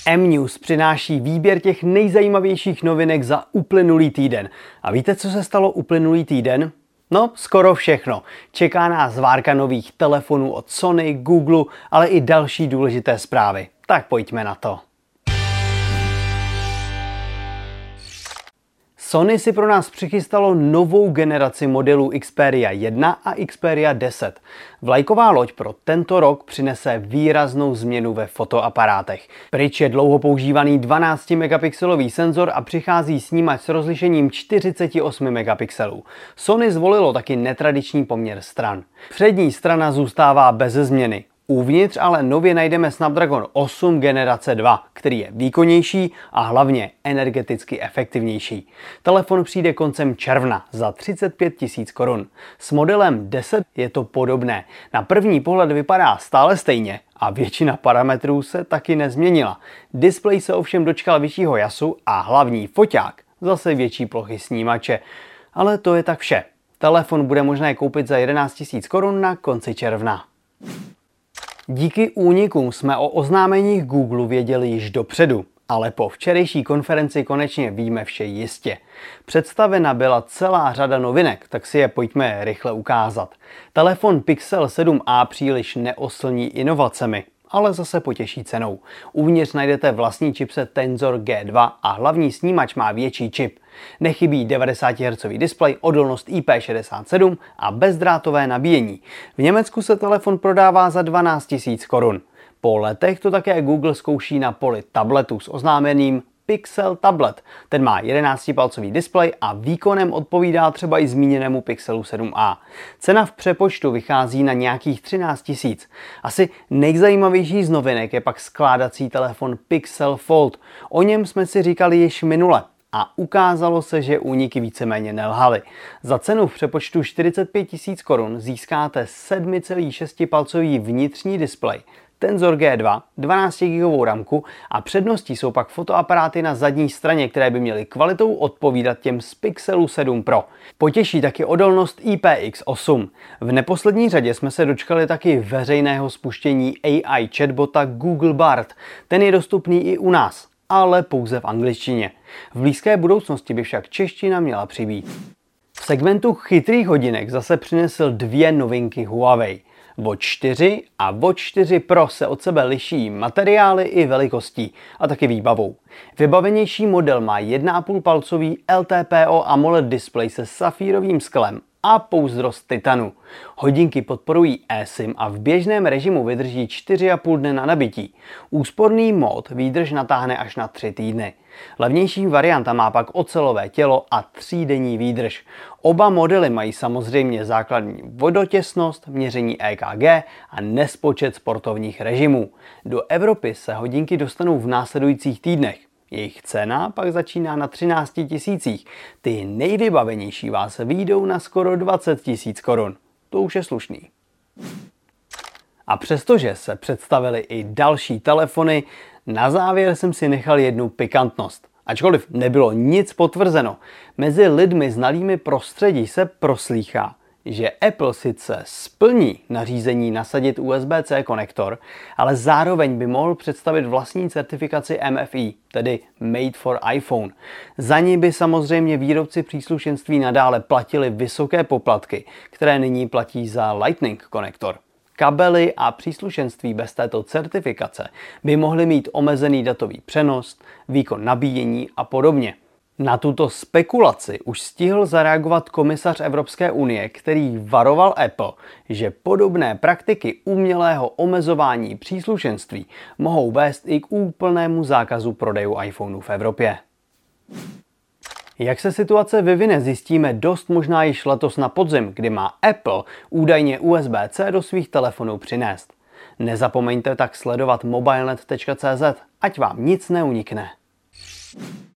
M-News přináší výběr těch nejzajímavějších novinek za uplynulý týden. A víte, co se stalo uplynulý týden? No, skoro všechno. Čeká nás zvárka nových telefonů od Sony, Google, ale i další důležité zprávy. Tak pojďme na to. Sony si pro nás přichystalo novou generaci modelů Xperia 1 a Xperia 10. Vlajková loď pro tento rok přinese výraznou změnu ve fotoaparátech. Pryč je dlouho používaný 12 megapixelový senzor a přichází snímač s rozlišením 48 megapixelů. Sony zvolilo taky netradiční poměr stran. Přední strana zůstává beze změny. Uvnitř ale nově najdeme Snapdragon 8 generace 2, který je výkonnější a hlavně energeticky efektivnější. Telefon přijde koncem června za 35 000 korun. S modelem 10 je to podobné. Na první pohled vypadá stále stejně a většina parametrů se taky nezměnila. Displej se ovšem dočkal vyššího jasu a hlavní foťák zase větší plochy snímače. Ale to je tak vše. Telefon bude možné koupit za 11 000 korun na konci června. Díky únikům jsme o oznámeních Google věděli již dopředu, ale po včerejší konferenci konečně víme vše jistě. Představena byla celá řada novinek, tak si je pojďme rychle ukázat. Telefon Pixel 7a příliš neoslní inovacemi, ale zase potěší cenou. Uvnitř najdete vlastní chipset Tensor G2 a hlavní snímač má větší čip. Nechybí 90 Hz displej, odolnost IP67 a bezdrátové nabíjení. V Německu se telefon prodává za 12 000 korun. Po letech to také Google zkouší na poli tabletu s oznámeným Pixel Tablet. Ten má 11-palcový displej a výkonem odpovídá třeba i zmíněnému Pixelu 7a. Cena v přepočtu vychází na nějakých 13 000. Asi nejzajímavější z novinek je pak skládací telefon Pixel Fold. O něm jsme si říkali již minule. A ukázalo se, že úniky víceméně nelhaly. Za cenu v přepočtu 45 000 korun získáte 7,6-palcový vnitřní displej, Tensor G2, 12 GB ramku a předností jsou pak fotoaparáty na zadní straně, které by měly kvalitou odpovídat těm z Pixelu 7 Pro. Potěší taky odolnost IPX8. V neposlední řadě jsme se dočkali taky veřejného spuštění AI chatbota Google Bard. Ten je dostupný i u nás, ale pouze v angličtině. V blízké budoucnosti by však čeština měla přibýt. V segmentu chytrých hodinek zase přinesl dvě novinky Huawei. Watch 4 a Watch 4 Pro se od sebe liší materiály i velikostí a taky výbavou. Vybavenější model má 1,5-palcový LTPO AMOLED displej se safírovým sklem a pouzdrost titanu. Hodinky podporují eSIM a v běžném režimu vydrží 4,5 dne na nabití. Úsporný mód výdrž natáhne až na 3 týdny. Levnější varianta má pak ocelové tělo a 3denní výdrž. Oba modely mají samozřejmě základní vodotěsnost, měření EKG a nespočet sportovních režimů. Do Evropy se hodinky dostanou v následujících týdnech. Jejich cena pak začíná na 13 000. Ty nejvybavenější vás vyjdou na skoro 20 000 korun. To už je slušný. A přestože se představily i další telefony, na závěr jsem si nechal jednu pikantnost. Ačkoliv nebylo nic potvrzeno, mezi lidmi znalými prostředí se proslýchá, že Apple sice splní nařízení nasadit USB-C konektor, ale zároveň by mohl představit vlastní certifikaci MFI, tedy Made for iPhone. Za ní by samozřejmě výrobci příslušenství nadále platili vysoké poplatky, které nyní platí za Lightning konektor. Kabely a příslušenství bez této certifikace by mohly mít omezený datový přenos, výkon nabíjení a podobně. Na tuto spekulaci už stihl zareagovat komisař Evropské unie, který varoval Apple, že podobné praktiky umělého omezování příslušenství mohou vést i k úplnému zákazu prodejů iPhoneů v Evropě. Jak se situace vyvine, zjistíme dost možná již letos na podzim, kdy má Apple údajně USB-C do svých telefonů přinést. Nezapomeňte tak sledovat mobilenet.cz, ať vám nic neunikne.